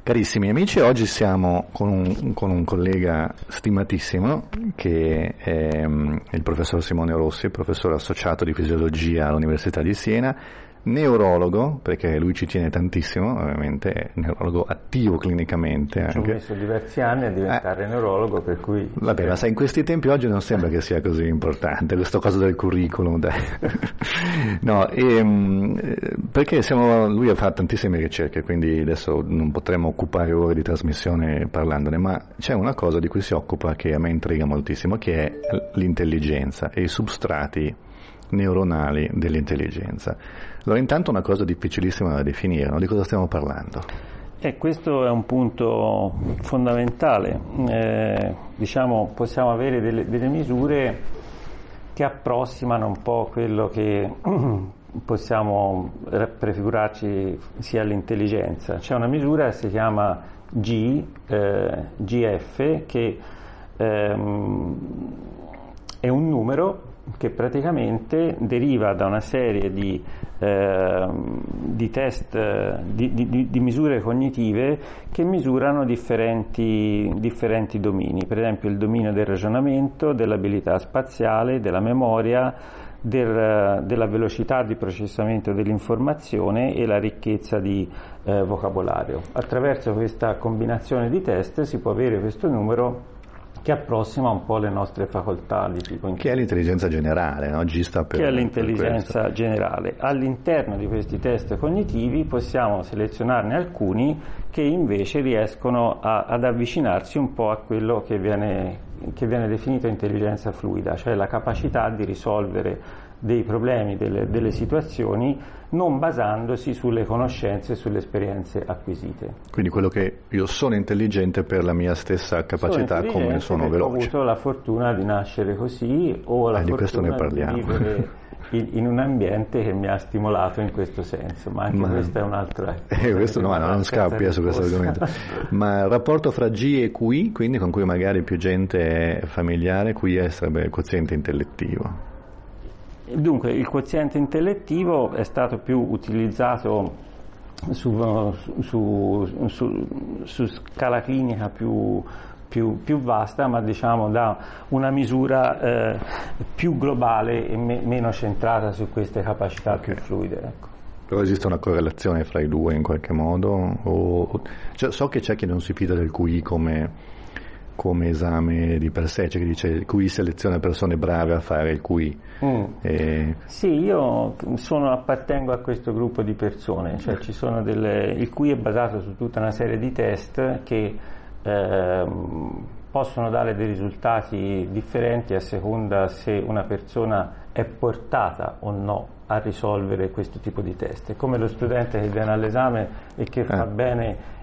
Carissimi amici, oggi siamo con un collega stimatissimo che è il professor Simone Rossi, professore associato di fisiologia all'Università di Siena, neurologo, perché lui ci tiene tantissimo, ovviamente è neurologo attivo clinicamente anche. Ci ho messo diversi anni a diventare neurologo, per cui... Vabbè, ma sai, in questi tempi oggi non sembra che sia così importante questo cosa del curriculum, dai. No, perché lui fa tantissime ricerche, quindi adesso non potremo occupare ore di trasmissione parlandone, ma c'è una cosa di cui si occupa che a me intriga moltissimo, che è l'intelligenza e i substrati neuronali dell'intelligenza. Allora, intanto una cosa difficilissima da definire, no? Di cosa stiamo parlando? Questo è un punto fondamentale. Possiamo avere delle misure che approssimano un po' quello che possiamo prefigurarci sia l'intelligenza. C'è una misura che si chiama GF, che è un numero che praticamente deriva da una serie di test, di misure cognitive che misurano differenti domini, per esempio il dominio del ragionamento, dell'abilità spaziale, della memoria, della velocità di processamento dell'informazione e la ricchezza di vocabolario. Attraverso questa combinazione di test si può avere questo numero che approssima un po' le nostre facoltà di tipo che è l'intelligenza generale, no? G sta per, che è l'intelligenza generale. All'interno di questi test cognitivi possiamo selezionarne alcuni che invece riescono ad avvicinarsi un po' a quello che viene definito intelligenza fluida, cioè la capacità di risolvere dei problemi, delle situazioni, non basandosi sulle conoscenze e sulle esperienze acquisite. Quindi quello che io sono intelligente per la mia stessa capacità, come sono veloce. Ho avuto la fortuna di nascere così, o la fortuna di vivere in un ambiente che mi ha stimolato in questo senso, ma anche questa è un'altra... questo non scappi su questo argomento. Ma il rapporto fra G e QI, quindi con cui magari più gente è familiare, QI sarebbe il quoziente intellettivo. Dunque, il quoziente intellettivo è stato più utilizzato su scala clinica più vasta, ma diciamo da una misura più globale e meno centrata su queste capacità più fluide. Ecco. Però esiste una correlazione fra i due in qualche modo? So che c'è chi non si fida del QI come esame di per sé, c'è chi dice il QI seleziona persone brave a fare il QI. Sì, io appartengo a questo gruppo di persone, cioè il QI è basato su tutta una serie di test che possono dare dei risultati differenti a seconda se una persona è portata o no a risolvere questo tipo di test. È come lo studente che viene all'esame e che fa bene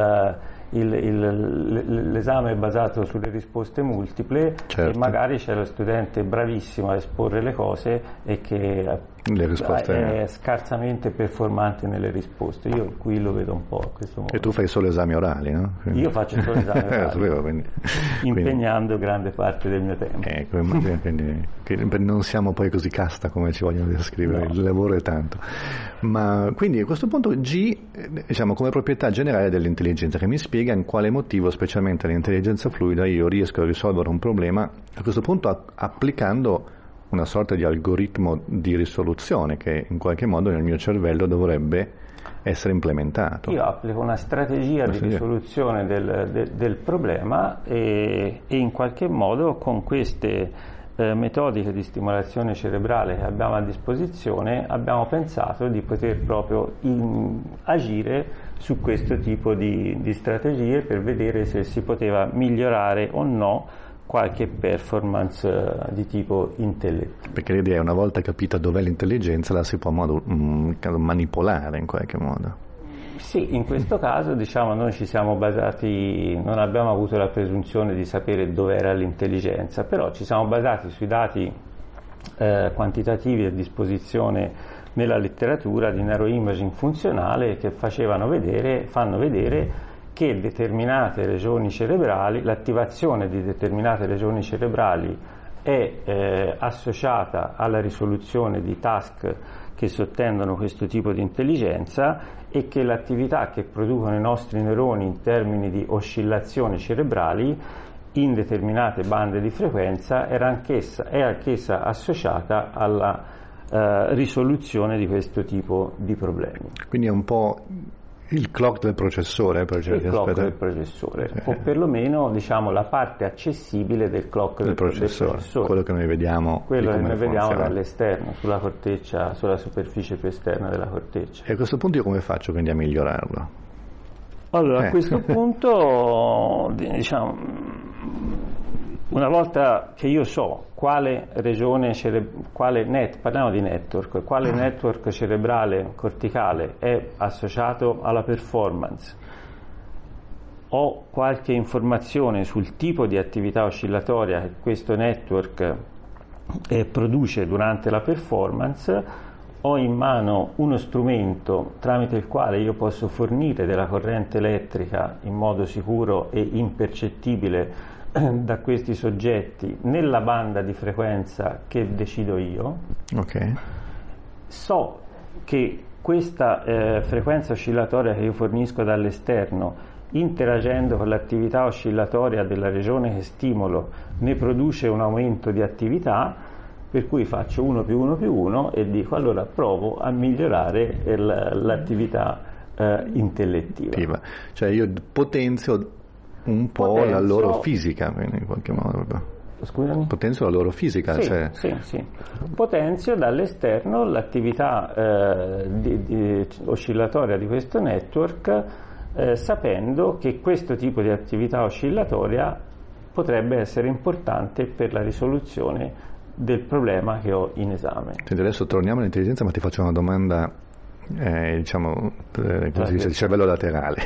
l'esame è basato sulle risposte multiple, certo. E magari c'è lo studente bravissimo a esporre le cose e che è scarsamente performante nelle risposte. Io qui lo vedo un po' a questo modo. E tu fai solo esami orali, no? Io faccio solo esami orali, impegnando grande parte del mio tempo. Quindi non siamo poi così casta come ci vogliono descrivere, no. Il lavoro è tanto. Ma quindi a questo punto G, diciamo, come proprietà generale dell'intelligenza, che mi spiega in quale motivo, specialmente all'intelligenza fluida, io riesco a risolvere un problema a questo punto applicando una sorta di algoritmo di risoluzione che in qualche modo nel mio cervello dovrebbe essere implementato. Io applico una strategia di risoluzione del problema e in qualche modo con queste metodiche di stimolazione cerebrale che abbiamo a disposizione abbiamo pensato di poter proprio agire su questo tipo di strategie per vedere se si poteva migliorare o no qualche performance di tipo intellettivo. Perché l'idea è, una volta capita dov'è l'intelligenza, la si può manipolare in qualche modo. Sì, in questo caso noi ci siamo basati, non abbiamo avuto la presunzione di sapere dov'era l'intelligenza, però ci siamo basati sui dati quantitativi a disposizione nella letteratura di neuroimaging funzionale che fanno vedere che determinate regioni cerebrali, l'attivazione di determinate regioni cerebrali è associata alla risoluzione di task che sottendono questo tipo di intelligenza e che l'attività che producono i nostri neuroni in termini di oscillazioni cerebrali in determinate bande di frequenza è anch'essa associata alla risoluzione di questo tipo di problemi. Quindi è un po' il clock del processore, per certi aspetti. Il clock del processore, o perlomeno diciamo la parte accessibile del clock del processore. Quello che noi vediamo, dall'esterno, sulla corteccia, sulla superficie più esterna della corteccia. E a questo punto io come faccio quindi a migliorarlo? Allora, a questo punto, diciamo, una volta che io so quale regione parliamo di network, quale network cerebrale corticale è associato alla performance, ho qualche informazione sul tipo di attività oscillatoria che questo network produce durante la performance, ho in mano uno strumento tramite il quale io posso fornire della corrente elettrica in modo sicuro e impercettibile da questi soggetti nella banda di frequenza che decido io. Okay. So che questa frequenza oscillatoria che io fornisco dall'esterno, interagendo con l'attività oscillatoria della regione che stimolo, ne produce un aumento di attività, per cui faccio 1 più 1 più 1 e dico allora provo a migliorare l'attività intellettiva. Cioè io potenzio un po' la loro fisica, in qualche modo. Scusami? Potenzio la loro fisica. Sì. Potenzio dall'esterno l'attività oscillatoria di questo network, sapendo che questo tipo di attività oscillatoria potrebbe essere importante per la risoluzione del problema che ho in esame. Senti, adesso torniamo all'intelligenza, ma ti faccio una domanda, diciamo, come si dice, di cervello laterale.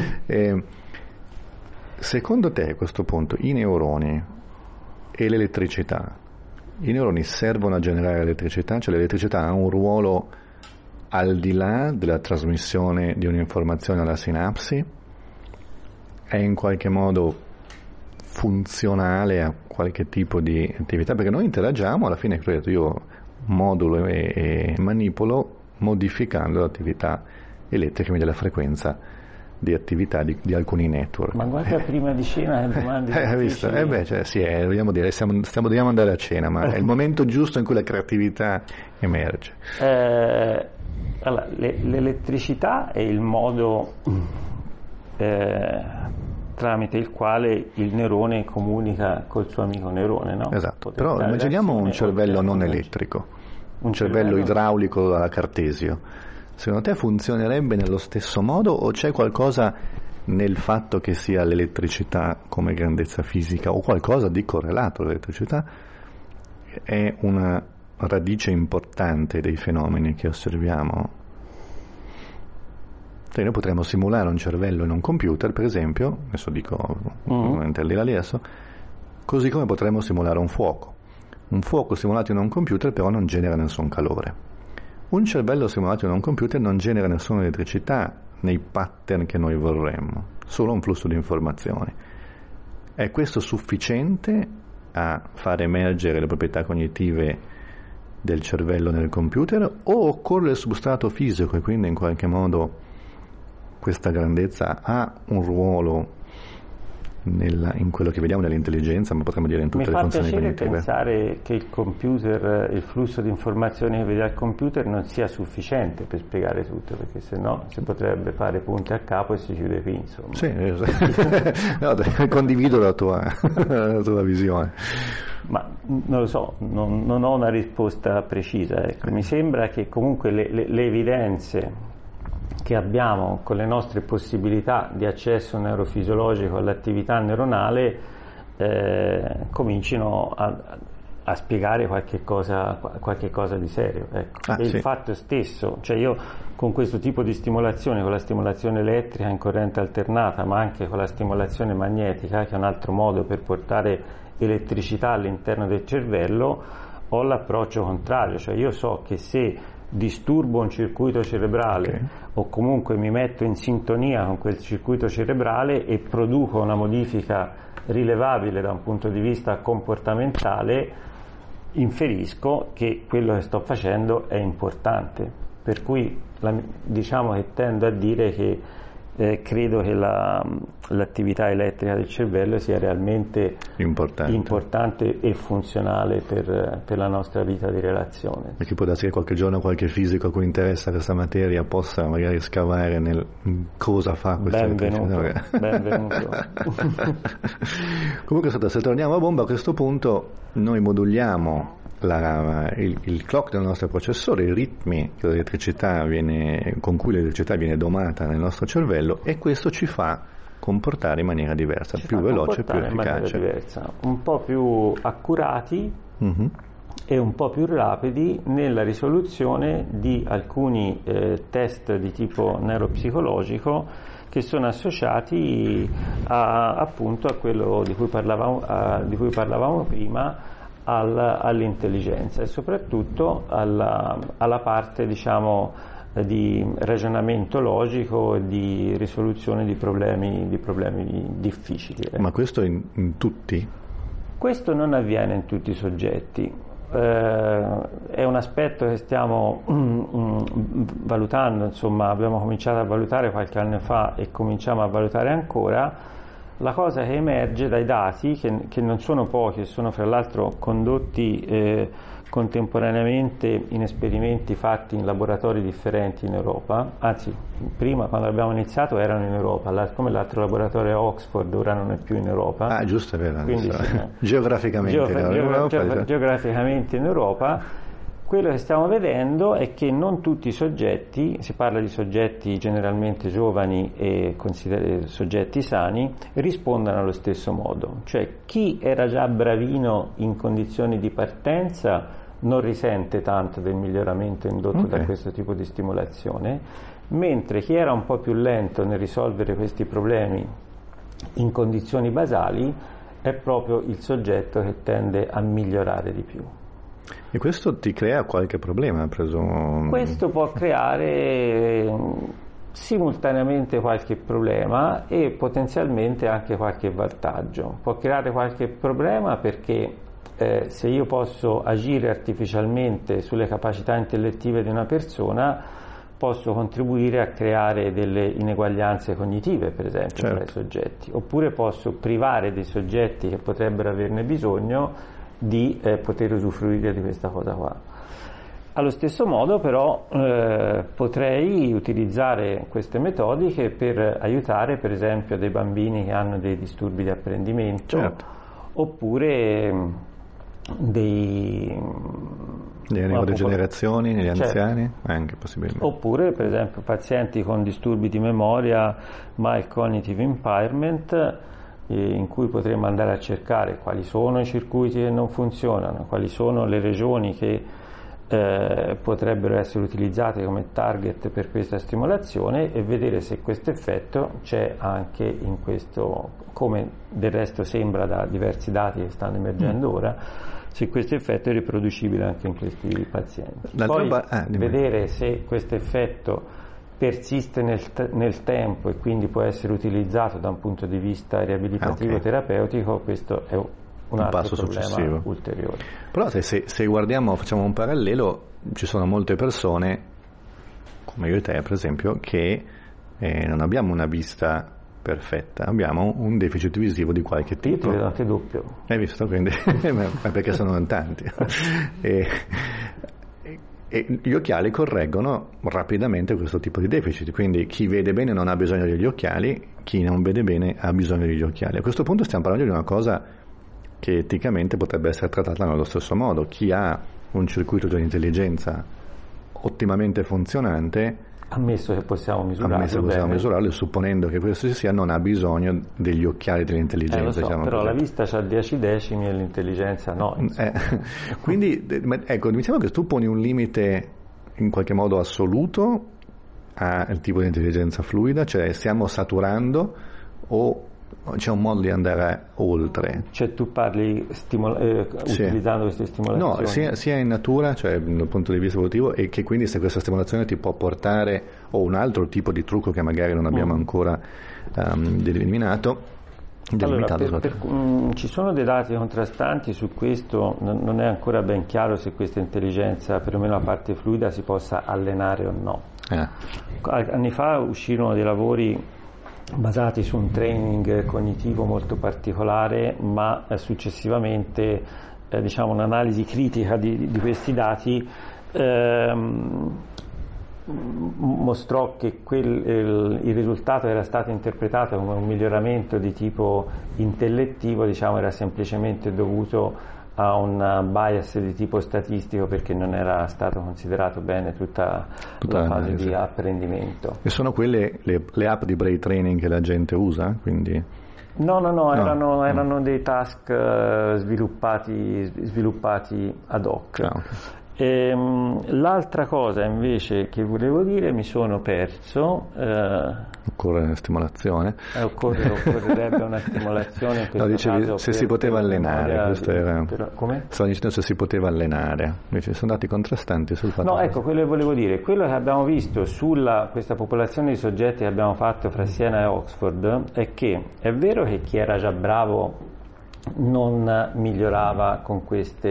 Secondo te a questo punto i neuroni e l'elettricità, i neuroni servono a generare elettricità? Cioè l'elettricità ha un ruolo al di là della trasmissione di un'informazione alla sinapsi? È in qualche modo funzionale a qualche tipo di attività? Perché noi interagiamo, alla fine io modulo e manipolo modificando l'attività elettrica, quindi la frequenza di attività di alcuni network. Ma guarda, prima di cena domande hai visto? Dobbiamo andare a cena, ma è il momento giusto in cui la creatività emerge. Allora, l'elettricità è il modo tramite il quale il neurone comunica col suo amico neurone, no? Esatto, però immaginiamo un cervello non elettrico, un cervello idraulico alla Cartesio. Secondo te funzionerebbe nello stesso modo o c'è qualcosa nel fatto che sia l'elettricità come grandezza fisica o qualcosa di correlato all'elettricità è una radice importante dei fenomeni che osserviamo? Noi potremmo simulare un cervello in un computer, per esempio, adesso dico adesso, così come potremmo simulare un fuoco. Un fuoco simulato in un computer però non genera nessun calore. Un cervello simulato in un computer non genera nessuna elettricità nei pattern che noi vorremmo, solo un flusso di informazioni. È questo sufficiente a far emergere le proprietà cognitive del cervello nel computer o occorre il substrato fisico e quindi in qualche modo questa grandezza ha un ruolo in quello che vediamo nell'intelligenza, ma potremmo dire in tutte le funzioni cognitive? Mi fa piacere pensare che il computer, il flusso di informazioni che vede al computer non sia sufficiente per spiegare tutto, perché sennò si potrebbe fare punti a capo e si chiude qui, insomma. Sì, no, condivido la tua visione. Ma non lo so, non ho una risposta precisa, ecco. Mi sembra che comunque le evidenze che abbiamo con le nostre possibilità di accesso neurofisiologico all'attività neuronale comincino a spiegare qualche cosa di serio, ecco. E il fatto stesso, cioè io con questo tipo di stimolazione, con la stimolazione elettrica in corrente alternata, ma anche con la stimolazione magnetica, che è un altro modo per portare elettricità all'interno del cervello, ho l'approccio contrario, cioè io so che se disturbo un circuito cerebrale o comunque mi metto in sintonia con quel circuito cerebrale e produco una modifica rilevabile da un punto di vista comportamentale, inferisco che quello che sto facendo è importante, per cui diciamo che tendo a dire che credo che l'attività elettrica del cervello sia realmente importante e funzionale per la nostra vita di relazione. Perché può darsi che qualche giorno qualche fisico a cui interessa questa materia possa magari scavare nel cosa fa questa elettricità. Benvenuto. Comunque, se torniamo a bomba, a questo punto noi moduliamo il clock del nostro processore, i ritmi che con cui l'elettricità viene domata nel nostro cervello, e questo ci fa comportare in maniera diversa, più veloce, più efficace, diversa, un po' più accurati e un po' più rapidi nella risoluzione di alcuni test di tipo neuropsicologico che sono associati appunto a quello di cui parlavamo prima, all'intelligenza, e soprattutto alla parte, diciamo, di ragionamento logico e di risoluzione di problemi difficili. Ma questo in tutti? Questo non avviene in tutti i soggetti. È un aspetto che stiamo valutando, insomma, abbiamo cominciato a valutare qualche anno fa e cominciamo a valutare ancora. La cosa che emerge dai dati, che non sono pochi, sono fra l'altro condotti contemporaneamente in esperimenti fatti in laboratori differenti in Europa, anzi prima, quando abbiamo iniziato, erano in Europa, come l'altro laboratorio a Oxford ora non è più in Europa. Ah, giusto, è vero. Quindi, geograficamente in Europa. Quello che stiamo vedendo è che non tutti i soggetti, si parla di soggetti generalmente giovani e soggetti sani, rispondono allo stesso modo. Cioè, chi era già bravino in condizioni di partenza non risente tanto del miglioramento indotto da questo tipo di stimolazione, mentre chi era un po' più lento nel risolvere questi problemi in condizioni basali è proprio il soggetto che tende a migliorare di più. E questo ti crea qualche problema, presumo? Questo può creare simultaneamente qualche problema e potenzialmente anche qualche vantaggio. Può creare qualche problema perché se io posso agire artificialmente sulle capacità intellettive di una persona, posso contribuire a creare delle ineguaglianze cognitive, per esempio, tra i soggetti. Oppure posso privare dei soggetti che potrebbero averne bisogno di poter usufruire di questa cosa qua. Allo stesso modo però potrei utilizzare queste metodiche per aiutare per esempio dei bambini che hanno dei disturbi di apprendimento, oppure delle neurodegenerazioni negli anziani, anche possibilmente. Oppure per esempio pazienti con disturbi di memoria, mild cognitive impairment, in cui potremmo andare a cercare quali sono i circuiti che non funzionano, quali sono le regioni che potrebbero essere utilizzate come target per questa stimolazione, e vedere se questo effetto c'è anche in questo, come del resto sembra da diversi dati che stanno emergendo ora, se questo effetto è riproducibile anche in questi pazienti. Poi vedere se questo effetto persiste nel tempo e quindi può essere utilizzato da un punto di vista riabilitativo terapeutico, questo è un altro passo successivo ulteriore. Però se guardiamo, facciamo un parallelo, ci sono molte persone come io e te per esempio che non abbiamo una vista perfetta, abbiamo un deficit visivo di qualche tipo. Io ti vedo anche doppio. Hai visto? Quindi ma perché sono tanti. E gli occhiali correggono rapidamente questo tipo di deficit, quindi chi vede bene non ha bisogno degli occhiali, chi non vede bene ha bisogno degli occhiali. A questo punto stiamo parlando di una cosa che eticamente potrebbe essere trattata nello stesso modo. Chi ha un circuito di intelligenza ottimamente funzionante, ammesso che possiamo misurarlo, supponendo che questo sia, non ha bisogno degli occhiali dell'intelligenza. Diciamo, però così. La vista c'ha 10 decimi e l'intelligenza no. Quindi ecco, diciamo che tu poni un limite in qualche modo assoluto al tipo di intelligenza fluida, cioè stiamo saturando o c'è un modo di andare oltre? Cioè tu parli utilizzando queste stimolazioni? No, sia in natura, cioè dal punto di vista evolutivo, e che quindi se questa stimolazione ti può portare, o un altro tipo di trucco che magari non abbiamo ancora eliminato, Ci sono dei dati contrastanti su questo, non è ancora ben chiaro se questa intelligenza, perlomeno la parte fluida, si possa allenare o no. Anni fa uscirono dei lavori basati su un training cognitivo molto particolare, ma successivamente un'analisi critica di questi dati mostrò che il risultato era stato interpretato come un miglioramento di tipo intellettivo, era semplicemente dovuto a un bias di tipo statistico, perché non era stato considerato bene tutta la fase di apprendimento. E sono quelle le app di brain training che la gente usa? Quindi... No, erano dei task sviluppati ad hoc. L'altra cosa invece che volevo dire, mi sono perso. Occorre stimolazione. Occorrerebbe una stimolazione in questo dicevi, caso se si poteva allenare. Come? Stavo dicendo se si poteva allenare, invece sono dati contrastanti sul fatto. No, ecco, quello che volevo dire, quello che abbiamo visto questa popolazione di soggetti che abbiamo fatto fra Siena e Oxford è che è vero che chi era già bravo non migliorava con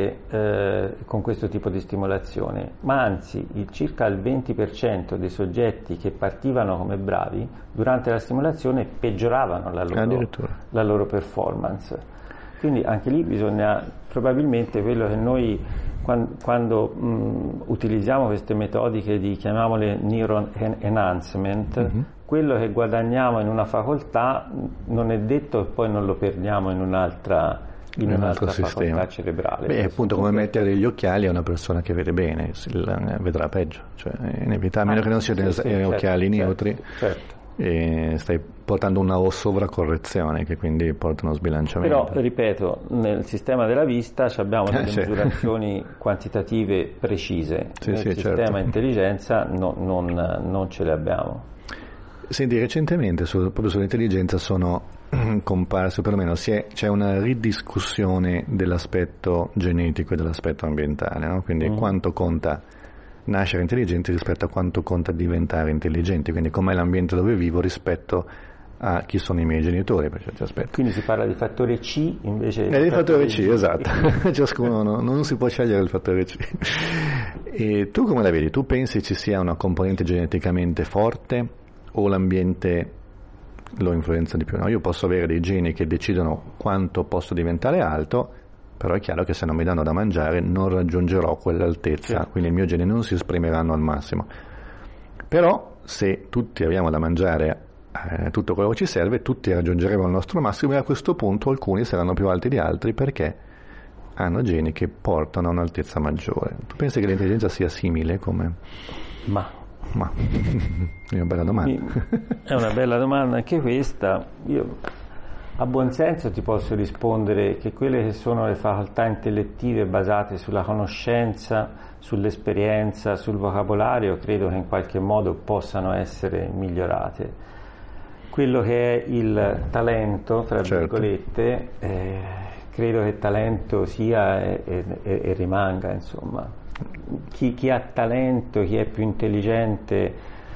questo tipo di stimolazione, ma anzi circa il 20% dei soggetti che partivano come bravi durante la stimolazione peggioravano la loro performance. Quindi anche lì bisogna, probabilmente quello che noi quando utilizziamo queste metodiche chiamiamole neuron enhancement, quello che guadagniamo in una facoltà non è detto che poi non lo perdiamo in un'altra facoltà cerebrale. Beh, appunto, come mettere gli occhiali a una persona che vede bene, vedrà peggio, cioè è inevitabile, a meno che non siano occhiali neutri. Certo. E stai portando una sovracorrezione che quindi porta uno sbilanciamento. Però, ripeto, nel sistema della vista abbiamo delle misurazioni quantitative precise, nel sistema intelligenza non ce le abbiamo. Senti, recentemente proprio sull'intelligenza sono comparse, perlomeno c'è una ridiscussione dell'aspetto genetico e dell'aspetto ambientale, no? Quindi quanto conta nascere intelligenti rispetto a quanto conta diventare intelligenti, quindi com'è l'ambiente dove vivo rispetto a chi sono i miei genitori per certi aspetti. Quindi si parla di fattore C invece di fattore C, esatto. Ciascuno non si può scegliere il fattore C. E tu come la vedi? Tu pensi ci sia una componente geneticamente forte o l'ambiente lo influenza di più? No? Io posso avere dei geni che decidono quanto posso diventare alto, però è chiaro che se non mi danno da mangiare non raggiungerò quell'altezza, quindi i miei geni non si esprimeranno al massimo. Però se tutti abbiamo da mangiare tutto quello che ci serve, tutti raggiungeremo il nostro massimo, e a questo punto alcuni saranno più alti di altri perché hanno geni che portano a un'altezza maggiore. Tu pensi che l'intelligenza sia simile come... Ma è una bella domanda. È una bella domanda anche questa. Io a buon senso ti posso rispondere che quelle che sono le facoltà intellettive basate sulla conoscenza, sull'esperienza, sul vocabolario, credo che in qualche modo possano essere migliorate. Quello che è il talento, fra virgolette, credo che talento sia e rimanga, insomma. Chi ha talento, chi è più intelligente,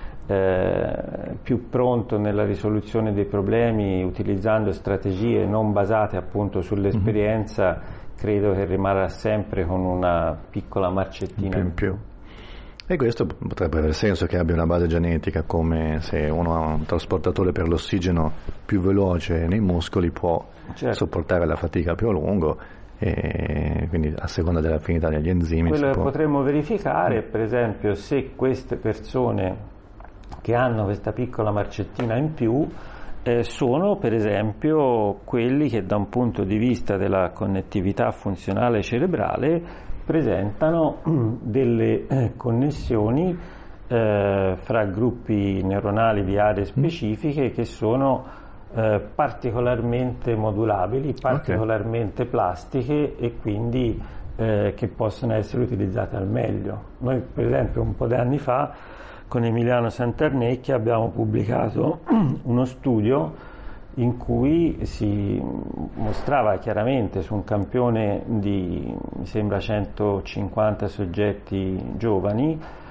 più pronto nella risoluzione dei problemi utilizzando strategie non basate appunto sull'esperienza, credo che rimarrà sempre con una piccola marcettina in più. E questo potrebbe avere senso che abbia una base genetica, come se uno ha un trasportatore per l'ossigeno più veloce nei muscoli può sopportare la fatica più a lungo, e quindi a seconda dell'affinità degli enzimi. Quello che potremmo verificare, per esempio, se queste persone che hanno questa piccola marcettina in più sono per esempio quelli che da un punto di vista della connettività funzionale cerebrale presentano delle connessioni fra gruppi neuronali di aree specifiche che sono particolarmente modulabili, particolarmente plastiche e quindi che possono essere utilizzate al meglio. Noi per esempio un po' di anni fa con Emiliano Santarnecchia abbiamo pubblicato uno studio in cui si mostrava chiaramente su un campione di, mi sembra, 150 soggetti giovani,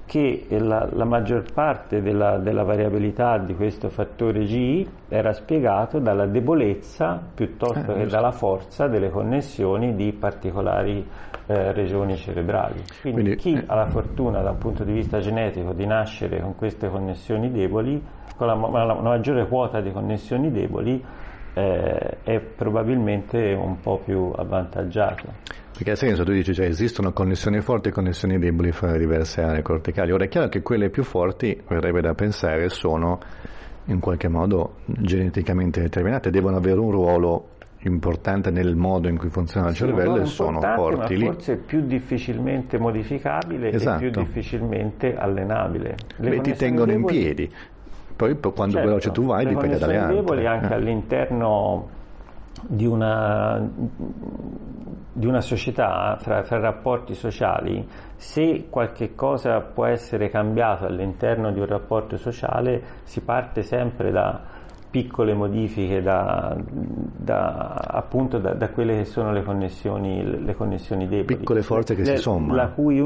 che la maggior parte della variabilità di questo fattore G era spiegato dalla debolezza piuttosto che dalla forza delle connessioni di particolari regioni cerebrali. Quindi chi ha la fortuna da un punto di vista genetico di nascere con queste connessioni deboli, con la maggiore quota di connessioni deboli, è probabilmente un po' più avvantaggiato. Perché nel senso tu dici, cioè, esistono connessioni forti e connessioni deboli fra le diverse aree corticali. Ora è chiaro che quelle più forti, verrebbe da pensare, sono in qualche modo geneticamente determinate, devono avere un ruolo importante nel modo in cui funziona il cervello, e sono forti ma lì. Forse più difficilmente modificabile, esatto, e più difficilmente allenabile. Beh, ti tengono in piedi. Poi quando veloce tu vai dipende dalle altre. Deboli anche all'interno di una società, fra rapporti sociali, se qualche cosa può essere cambiato all'interno di un rapporto sociale, si parte sempre da piccole modifiche, appunto da quelle che sono le connessioni deboli. Piccole forze che si sommano. La cui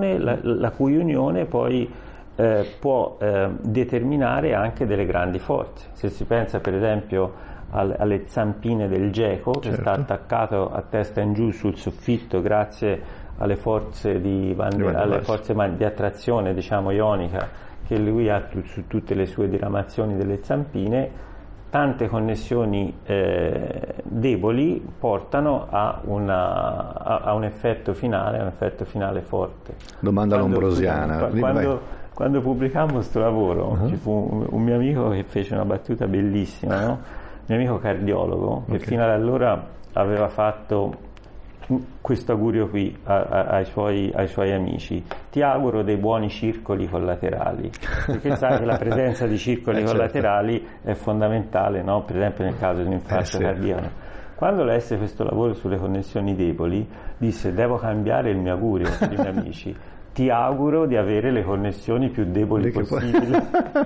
unione poi può determinare anche delle grandi forze. Se si pensa per esempio alle zampine del geco, che sta attaccato a testa in giù sul soffitto grazie alle forze di attrazione, diciamo, ionica, che lui ha su tutte le sue diramazioni delle zampine, tante connessioni deboli portano a un effetto finale forte. Domanda lombrosiana. Quando pubblicammo questo lavoro, ci fu un mio amico che fece una battuta bellissima, no? Mio amico cardiologo, che fino ad allora aveva fatto questo augurio qui ai suoi amici: ti auguro dei buoni circoli collaterali, perché sai che la presenza di circoli collaterali è fondamentale, no? Per esempio nel caso di un infarto cardiaco. Quando lesse questo lavoro sulle connessioni deboli, disse: devo cambiare il mio augurio per i miei amici, ti auguro di avere le connessioni più deboli possibili.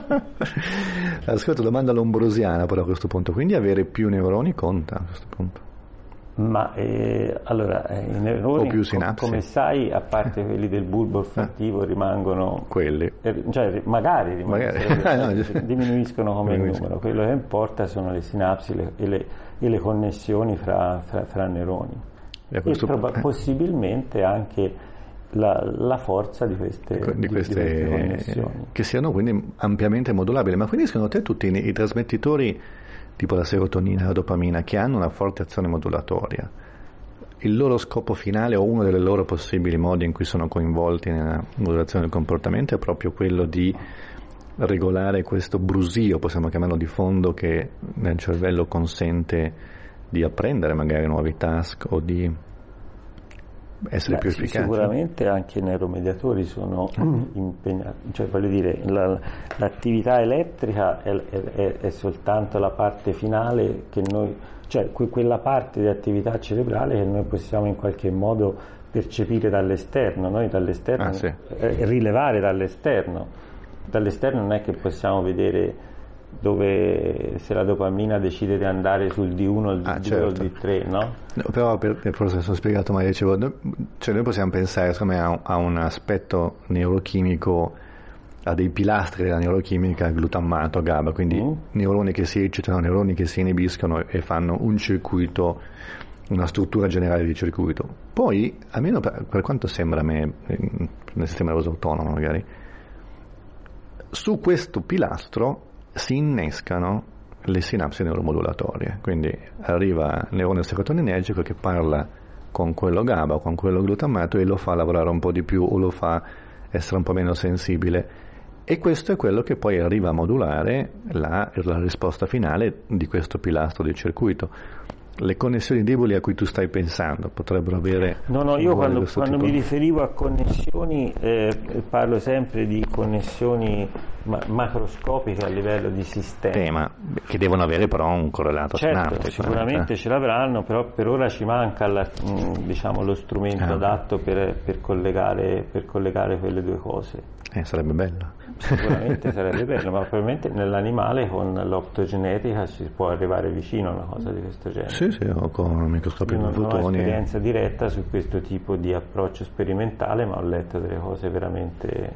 Ascolta, domanda lombrosiana però a questo punto, quindi avere più neuroni conta a questo punto? Ma allora, i neuroni, o più sinapsi, come sai, a parte quelli del bulbo olfattivo, rimangono quelli, cioè magari diminuiscono come numero. Quello che importa sono le sinapsi e le connessioni fra neuroni, e possibilmente anche la forza di queste connessioni, che siano quindi ampiamente modulabili. Ma quindi secondo te tutti i trasmettitori tipo la serotonina e la dopamina, che hanno una forte azione modulatoria, il loro scopo finale o uno dei loro possibili modi in cui sono coinvolti nella modulazione del comportamento è proprio quello di regolare questo brusio, possiamo chiamarlo, di fondo, che nel cervello consente di apprendere magari nuovi task o di essere più efficaci? Sicuramente anche i neuromediatori sono impegnati, cioè voglio dire, l'attività elettrica è soltanto la parte finale che noi, cioè quella parte di attività cerebrale che noi possiamo in qualche modo percepire dall'esterno, noi dall'esterno, rilevare dall'esterno non è che possiamo vedere se la dopamina decide di andare sul D1, il D2 o il D3, no? Però forse sono spiegato, ma dicevo, cioè noi possiamo pensare a un aspetto neurochimico, a dei pilastri della neurochimica, glutammato, GABA, quindi neuroni che si eccitano, neuroni che si inibiscono e fanno un circuito, una struttura generale di circuito. Poi, almeno per quanto sembra a me, nel sistema nervoso autonomo magari, su questo pilastro si innescano le sinapsi neuromodulatorie, quindi arriva il neurone serotoninergico che parla con quello GABA o con quello glutammato e lo fa lavorare un po' di più o lo fa essere un po' meno sensibile, e questo è quello che poi arriva a modulare la risposta finale di questo pilastro di circuito. Le connessioni deboli a cui tu stai pensando potrebbero avere... No, io quando mi riferivo a connessioni parlo sempre di connessioni macroscopiche a livello di sistema. Che devono avere però un correlato sinaptico. Sicuramente ce l'avranno, però per ora ci manca lo strumento adatto per collegare quelle due cose. Sarebbe bello. Sicuramente sarebbe bello, ma probabilmente nell'animale con l'optogenetica si può arrivare vicino a una cosa di questo genere. Sì, o con microscopi di fotoni. Non ho esperienza diretta su questo tipo di approccio sperimentale, ma ho letto delle cose veramente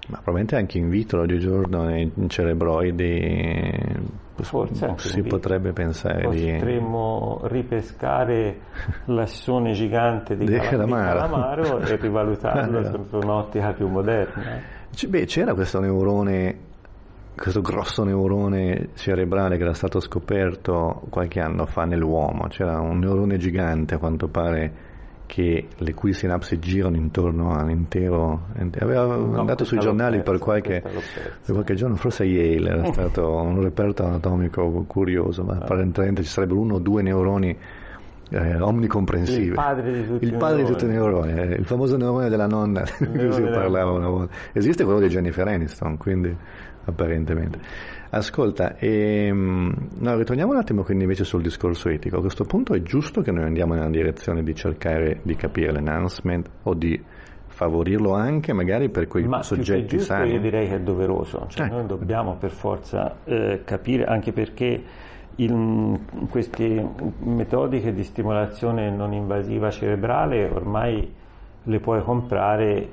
Ma probabilmente anche in vitro oggigiorno in cerebroidi Forse anche si potrebbe pensare potremmo ripescare l'assone gigante di Calamaro e rivalutarlo sotto un'ottica più moderna. C'era questo neurone, questo grosso neurone cerebrale che era stato scoperto qualche anno fa nell'uomo. C'era un neurone gigante, a quanto pare, le cui sinapsi girano intorno all'intero. Aveva andato sui giornali per qualche giorno, forse a Yale, era stato un reperto anatomico curioso, ma apparentemente ci sarebbero 1 o 2 neuroni omnicomprensivi. Il padre di tutti i neuroni, il famoso neurone della nonna di cui si parlava una volta. Esiste quello di Jennifer Aniston, quindi apparentemente. Ascolta, ritorniamo un attimo quindi invece sul discorso etico. A questo punto è giusto che noi andiamo nella direzione di cercare di capire l'enhancement o di favorirlo anche magari per quei soggetti sani? Io direi che è doveroso, noi dobbiamo per forza capire, anche perché queste metodiche di stimolazione non invasiva cerebrale ormai le puoi comprare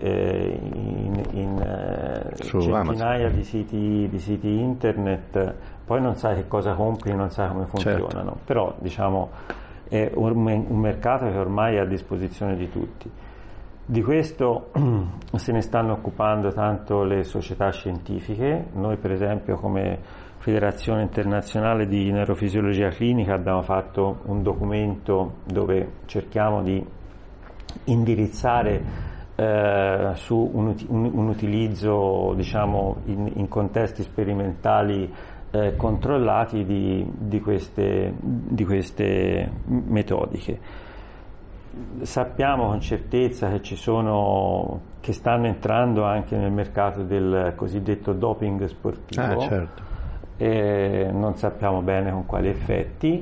in centinaia di siti internet, poi non sai che cosa compri, non sai come funzionano, certo. Però diciamo è un mercato che ormai è a disposizione di tutti. Di questo se ne stanno occupando tanto le società scientifiche. Noi per esempio come Federazione Internazionale di Neurofisiologia Clinica abbiamo fatto un documento dove cerchiamo di indirizzare su un utilizzo diciamo in contesti sperimentali controllati di queste metodiche. Sappiamo con certezza che che stanno entrando anche nel mercato del cosiddetto doping sportivo, certo. Non sappiamo bene con quali effetti.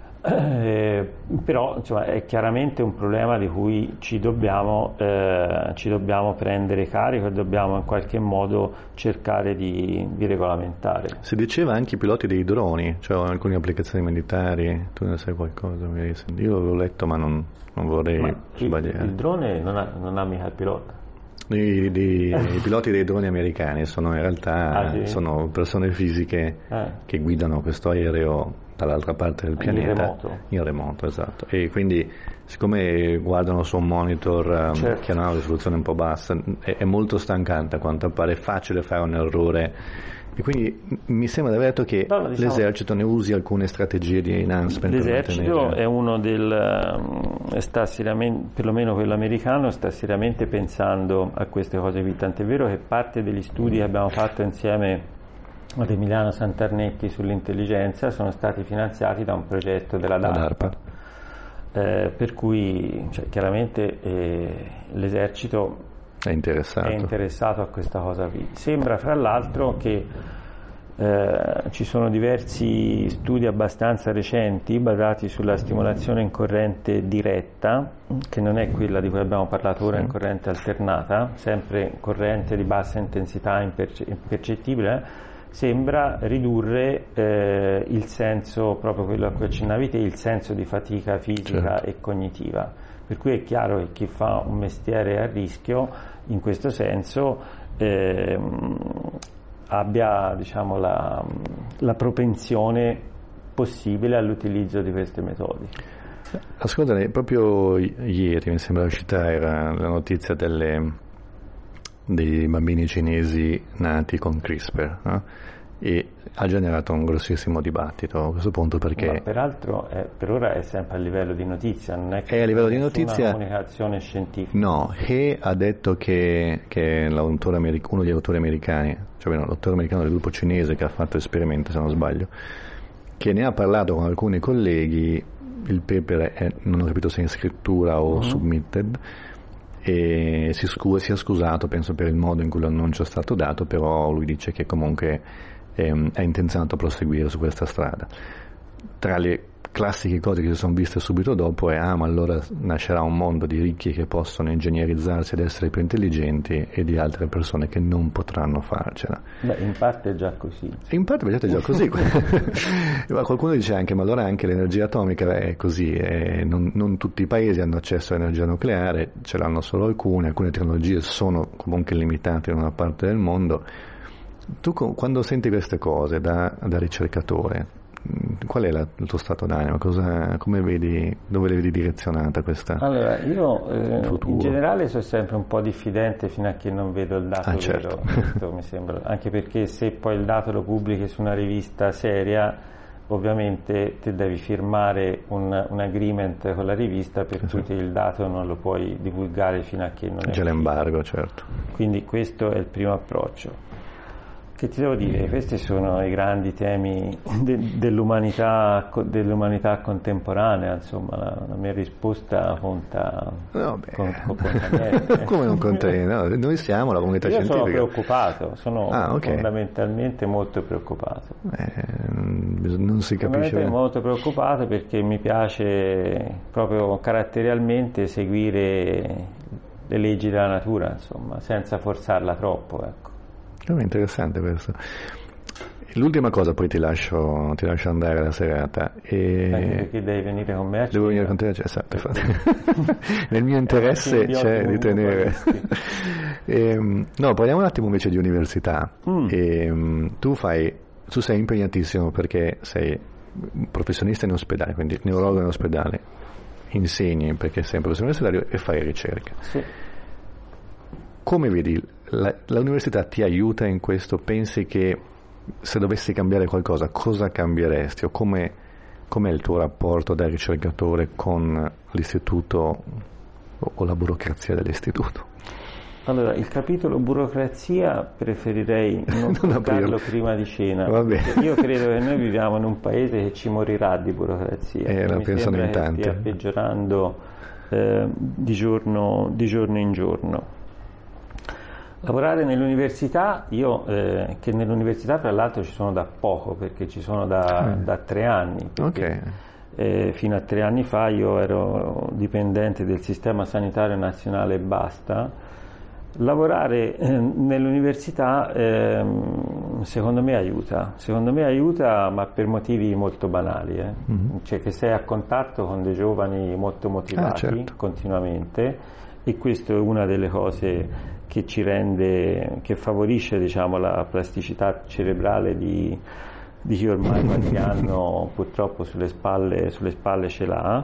Però insomma, è chiaramente un problema di cui ci dobbiamo prendere carico e dobbiamo in qualche modo cercare di regolamentare. Si diceva anche i piloti dei droni, cioè alcune applicazioni militari, tu ne sai qualcosa? Io l'ho letto ma non vorrei sbagliare. Il drone non ha mica il pilota. I piloti dei droni americani sono in realtà sono persone fisiche che guidano questo aereo dall'altra parte del pianeta in remoto, esatto, e quindi siccome guardano su un monitor certo. che ha una risoluzione un po' bassa, è molto stancante, a quanto pare è facile fare un errore, e quindi mi sembra di aver detto che l'esercito ne usi alcune strategie di enhancement. L'esercito è uno sta seriamente, perlomeno quello americano, sta seriamente pensando a queste cose qui, tant'è vero che parte degli studi che abbiamo fatto insieme ad Emiliano Santarnetti sull'intelligenza sono stati finanziati da un progetto della DARPA. Per cui chiaramente l'esercito è interessato a questa cosa qui. Sembra fra l'altro che ci sono diversi studi abbastanza recenti basati sulla stimolazione in corrente diretta, che non è quella di cui abbiamo parlato ora, in corrente alternata, sempre corrente di bassa intensità impercettibile. Sembra ridurre il senso, proprio quello a cui accennavi te, il senso di fatica fisica e cognitiva. Per cui è chiaro che chi fa un mestiere a rischio, in questo senso, abbia diciamo, la propensione possibile all'utilizzo di queste metodiche. Ascolta, proprio ieri mi sembra uscita era la notizia dei bambini cinesi nati con CRISPR, no? E ha generato un grossissimo dibattto a questo punto, perché ma peraltro per ora è sempre a livello di notizia, non è che è a livello di notizia, comunicazione scientifica. No, He ha detto che uno degli autori americani, cioè l'autore americano del gruppo cinese che ha fatto esperimenti, se non sbaglio, che ne ha parlato con alcuni colleghi, il paper è, non ho capito se è in scrittura o submitted, e si è scusato, penso, per il modo in cui l'annuncio è stato dato, però lui dice che comunque è intenzionato a proseguire su questa strada. Tra le classiche cose che si sono viste subito dopo è ma allora nascerà un mondo di ricchi che possono ingegnerizzarsi ed essere più intelligenti e di altre persone che non potranno farcela. Beh, in parte è già così. In parte vedete è già così. Ma qualcuno dice anche ma allora anche l'energia atomica è così, non tutti i paesi hanno accesso all'energia nucleare, ce l'hanno solo alcune tecnologie sono comunque limitate in una parte del mondo. Tu quando senti queste cose da ricercatore, qual è il tuo stato d'animo? Come vedi, dove le vedi direzionata questa? Allora, io in generale sono sempre un po' diffidente fino a che non vedo il dato certo. vero, questo mi sembra, anche perché se poi il dato lo pubblichi su una rivista seria, ovviamente te devi firmare un agreement con la rivista per cui il dato non lo puoi divulgare fino a che non è c'è l'embargo, certo. Quindi questo è il primo approccio. Che ti devo dire, questi sono i grandi temi dell'umanità contemporanea, insomma, la mia risposta conta, conta niente. Come non conta niente? Noi siamo la comunità scientifica. Io sono preoccupato, fondamentalmente molto preoccupato. Non si capisce. Molto preoccupato perché mi piace proprio caratterialmente seguire le leggi della natura, insomma, senza forzarla troppo, ecco. È interessante questo. L'ultima cosa, poi ti lascio andare alla serata. Anche perché devi venire con me a cena. Devo venire con te a cena, esatto. Nel mio interesse c'è di tenere. No, parliamo un attimo invece di università. Tu sei impegnatissimo perché sei professionista in ospedale, quindi neurologo in ospedale, insegni perché sei un professore universitario e fai ricerca. Sì. Come vedi, l'università ti aiuta in questo? Pensi che se dovessi cambiare qualcosa, cosa cambieresti? O com'è il tuo rapporto da ricercatore con l'istituto o la burocrazia dell'istituto? Allora, il capitolo burocrazia preferirei non toccarlo prima di cena. Io credo che noi viviamo in un paese che ci morirà di burocrazia. La pensano in tanti. Stia peggiorando di giorno in giorno. Lavorare nell'università, io che nell'università tra l'altro ci sono da poco, perché ci sono da 3 anni. Fino a 3 anni fa io ero dipendente del sistema sanitario nazionale e basta. Lavorare nell'università secondo me aiuta, ma per motivi molto banali, cioè che sei a contatto con dei giovani molto motivati continuamente, e questo è una delle cose che che favorisce, diciamo, la plasticità cerebrale di chi ormai qualche anno purtroppo sulle spalle ce l'ha.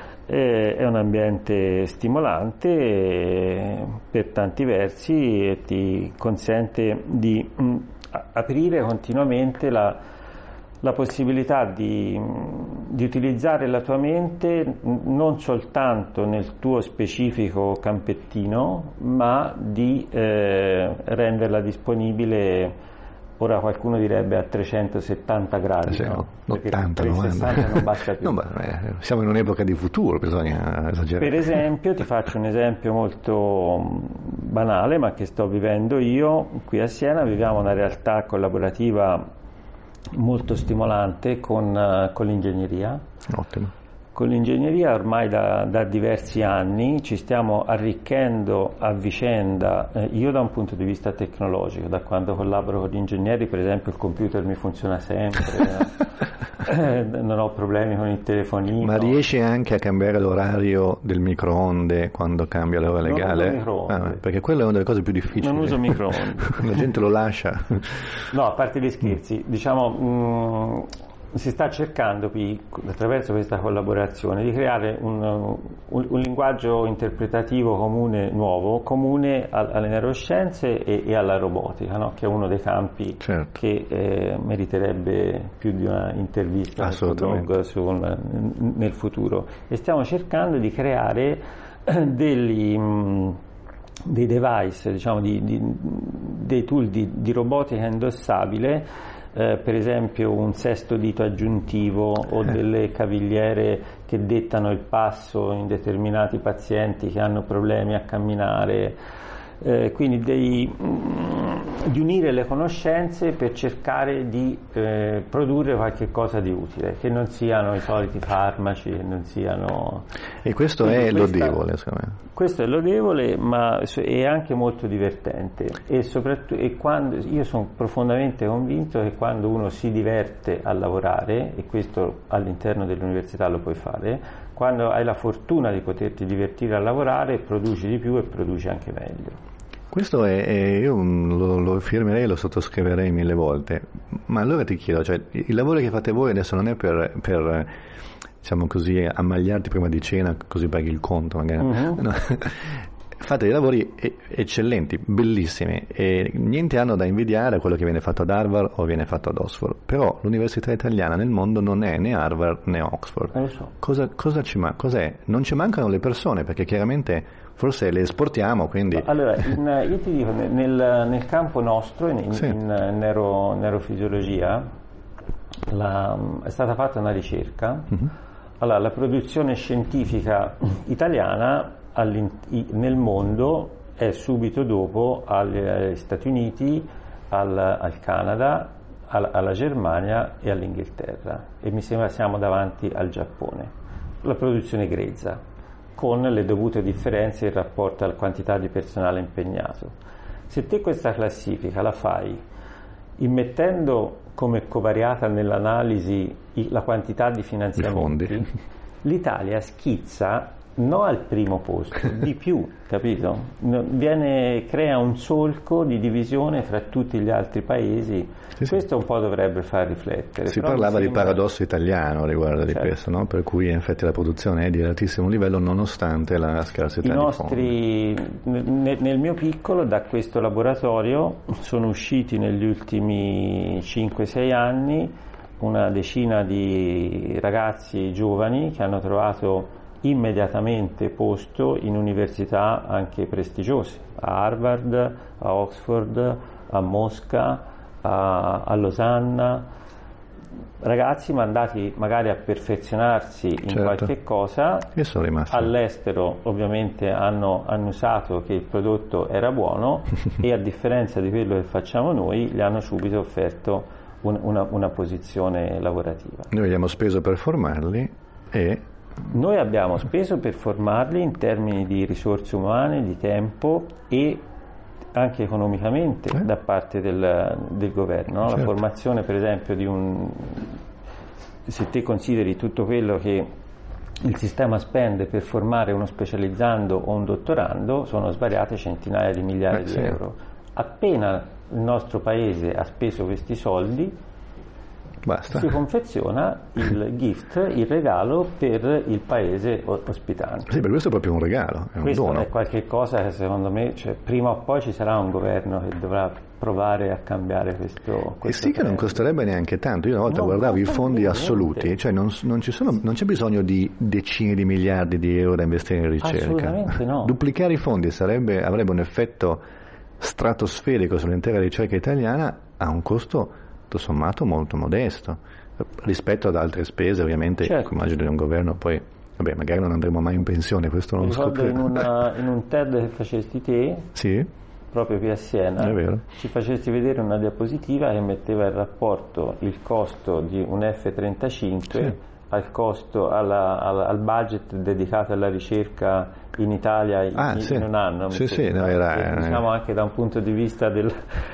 È un ambiente stimolante per tanti versi e ti consente di aprire continuamente la possibilità di utilizzare la tua mente non soltanto nel tuo specifico campettino, ma di renderla disponibile. Ora qualcuno direbbe a 370 gradi, no? 80, 360 non basta più. Siamo in un'epoca di futuro, bisogna esagerare. Per esempio, ti faccio un esempio molto banale, ma che sto vivendo io. Qui a Siena viviamo una realtà collaborativa molto stimolante con l'ingegneria. Ottimo. Con l'ingegneria ormai da diversi anni ci stiamo arricchendo a vicenda, io da un punto di vista tecnologico, da quando collaboro con gli ingegneri, per esempio il computer mi funziona sempre, non ho problemi con il telefonino. Ma riesci anche a cambiare l'orario del microonde quando cambia l'ora legale? Non uso microonde. Perché quella è una delle cose più difficili. Non uso microonde. La gente lo lascia. No, a parte gli scherzi, diciamo... si sta cercando attraverso questa collaborazione di creare un linguaggio interpretativo comune, nuovo, comune alle neuroscienze e alla robotica, no? Che è uno dei campi che meriterebbe più di una intervista nel futuro. E stiamo cercando di creare dei device, diciamo, dei tool di robotica indossabile, per esempio un sesto dito aggiuntivo o delle cavigliere che dettano il passo in determinati pazienti che hanno problemi a camminare, quindi di unire le conoscenze per cercare di produrre qualche cosa di utile, che non siano i soliti farmaci, che non siano... E questo è lodevole, secondo me. Questo è lodevole, ma è anche molto divertente, e soprattutto io sono profondamente convinto che quando uno si diverte a lavorare, e questo all'interno dell'università lo puoi fare, quando hai la fortuna di poterti divertire a lavorare, produci di più e produci anche meglio. Questo io lo firmerei e lo sottoscriverei 1000 volte, ma allora ti chiedo, cioè, il lavoro che fate voi adesso non è per diciamo così, ammagliarti prima di cena così paghi il conto magari, no. Fate dei lavori eccellenti, bellissimi, e niente hanno da invidiare a quello che viene fatto ad Harvard o viene fatto ad Oxford, però l'università italiana nel mondo non è né Harvard né Oxford. Lo so. Cosa ci manca? Cos'è? Non ci mancano le persone, perché chiaramente forse le esportiamo, quindi... Allora, io ti dico, nel campo nostro, in neurofisiologia, è stata fatta una ricerca. Allora, la produzione scientifica italiana nel mondo è subito dopo agli Stati Uniti, al Canada, alla Germania e all'Inghilterra, e mi sembra siamo davanti al Giappone. La produzione grezza, con le dovute differenze in rapporto alla quantità di personale impegnato. Se te questa classifica la fai immettendo come covariata nell'analisi la quantità di finanziamenti, l'Italia schizza non al primo posto, di più, capito? Crea un solco di divisione fra tutti gli altri paesi. Sì, questo un po' dovrebbe far riflettere. Si parlava di paradosso italiano riguardo di questo, no? Per cui in effetti la produzione è di altissimo livello nonostante la scarsità di fondi. Nel mio piccolo, da questo laboratorio sono usciti negli ultimi 5-6 anni una decina di ragazzi giovani che hanno trovato immediatamente posto in università anche prestigiose, a Harvard, a Oxford, a Mosca, a Losanna, ragazzi mandati magari a perfezionarsi in qualche cosa, e sono rimasti. All'estero ovviamente hanno annusato che il prodotto era buono e a differenza di quello che facciamo noi gli hanno subito offerto una posizione lavorativa. Noi abbiamo speso per formarli e... Noi abbiamo speso per formarli in termini di risorse umane, di tempo e anche economicamente da parte del governo, no? La formazione per esempio se te consideri tutto quello che il sistema spende per formare uno specializzando o un dottorando, sono svariate centinaia di migliaia di euro. Appena il nostro paese ha speso questi soldi, basta. Si confeziona il gift, il regalo per il paese ospitante. Sì, per questo è proprio un regalo, è un questo dono. È qualche cosa che secondo me, prima o poi ci sarà un governo che dovrà provare a cambiare questo e sì, che non costerebbe neanche tanto. Io una volta guardavo i fondi assoluti, cioè non c'è bisogno di decine di miliardi di euro da investire in ricerca. Assolutamente no. Duplicare i fondi avrebbe un effetto stratosferico sull'intera ricerca italiana a un costo tutto sommato molto modesto rispetto ad altre spese, ovviamente. Immagino di un governo, poi vabbè, magari non andremo mai in pensione, questo non lo scopriremo. In un TED che facesti te, sì, proprio qui a Siena, è vero, ci facesti vedere una diapositiva che metteva in rapporto il costo di un F-35 al costo, al budget dedicato alla ricerca in Italia in un anno. Diciamo anche da un punto di vista del...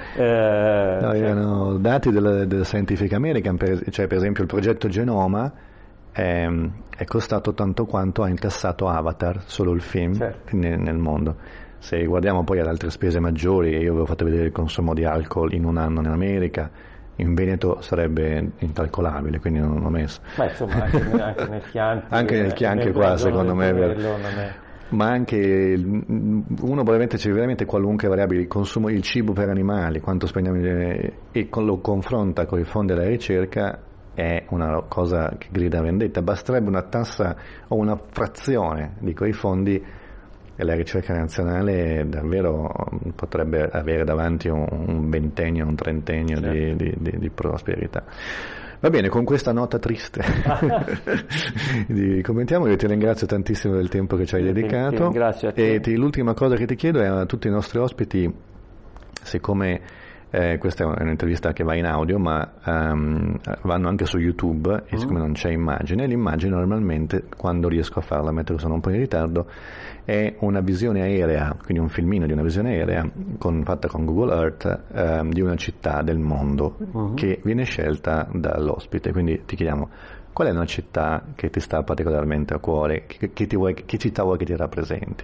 erano dati del Scientific American, per esempio il progetto Genoma è costato tanto quanto ha incassato Avatar, solo il film, nel mondo. Se guardiamo poi ad altre spese maggiori, io avevo fatto vedere il consumo di alcol in un anno in America, in Veneto sarebbe incalcolabile, quindi non l'ho messo. Ma insomma anche nel Chianti. Anche nel Chianti qua secondo me è vero. Ma anche uno probabilmente c'è veramente qualunque variabile, il consumo, il cibo per animali, quanto spendiamo, e lo confronta con i fondi della ricerca, è una cosa che grida vendetta. Basterebbe una tassa o una frazione di quei fondi e la ricerca nazionale davvero potrebbe avere davanti un ventennio, un trentennio di prosperità. Va bene, con questa nota triste commentiamo. Io ti ringrazio tantissimo del tempo che ci hai dedicato. Ti ringrazio a te. E l'ultima cosa che ti chiedo è a tutti i nostri ospiti, siccome questa è un'intervista che va in audio, ma vanno anche su YouTube, e siccome non c'è immagine, l'immagine normalmente, quando riesco a farla, ammetto che sono un po' in ritardo, è una visione aerea, quindi un filmino di una visione aerea fatta con Google Earth di una città del mondo che viene scelta dall'ospite. Quindi ti chiediamo, qual è una città che ti sta particolarmente a cuore, che città vuoi che ti rappresenti?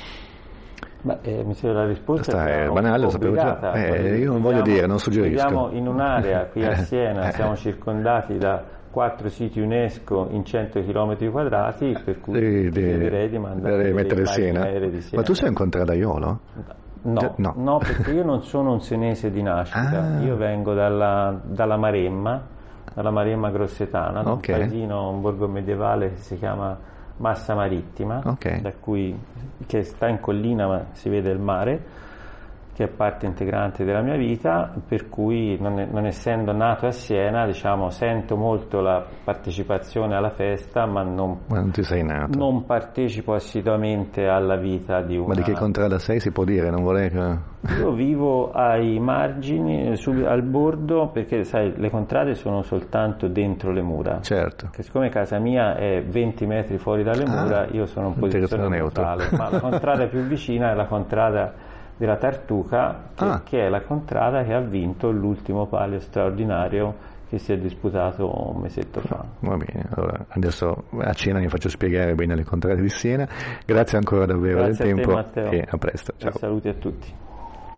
Mi sembra la risposta è banale, lo sapevo già. Io non voglio dire, non suggerisco. Viviamo in un'area qui a Siena, siamo circondati da 4 siti UNESCO in 100 km quadrati, per cui direi di mandare mettere Siena. Di Siena. Ma tu sei un contradaiolo? No, perché io non sono un senese di nascita, io vengo dalla Maremma grossetana, un paesino, un borgo medievale che si chiama Massa Marittima, che sta in collina ma si vede il mare, che è parte integrante della mia vita, per cui non essendo nato a Siena, diciamo, sento molto la partecipazione alla festa, ma non ti sei nato. Non partecipo assiduamente alla vita di una... Ma di che contrada sei, si può dire? Non vorrei che... Io vivo ai margini, al bordo, perché sai, le contrade sono soltanto dentro le mura. Certo. Che siccome casa mia è 20 metri fuori dalle mura, io sono in posizione neutrale, ma la contrada più vicina è la contrada della Tartuca, che è la contrada che ha vinto l'ultimo palio straordinario che si è disputato un mesetto fa. Va bene, allora adesso a cena mi faccio spiegare bene le contrade di Siena. Grazie ancora davvero del tempo, Matteo. E a presto. Ciao. E saluti a tutti.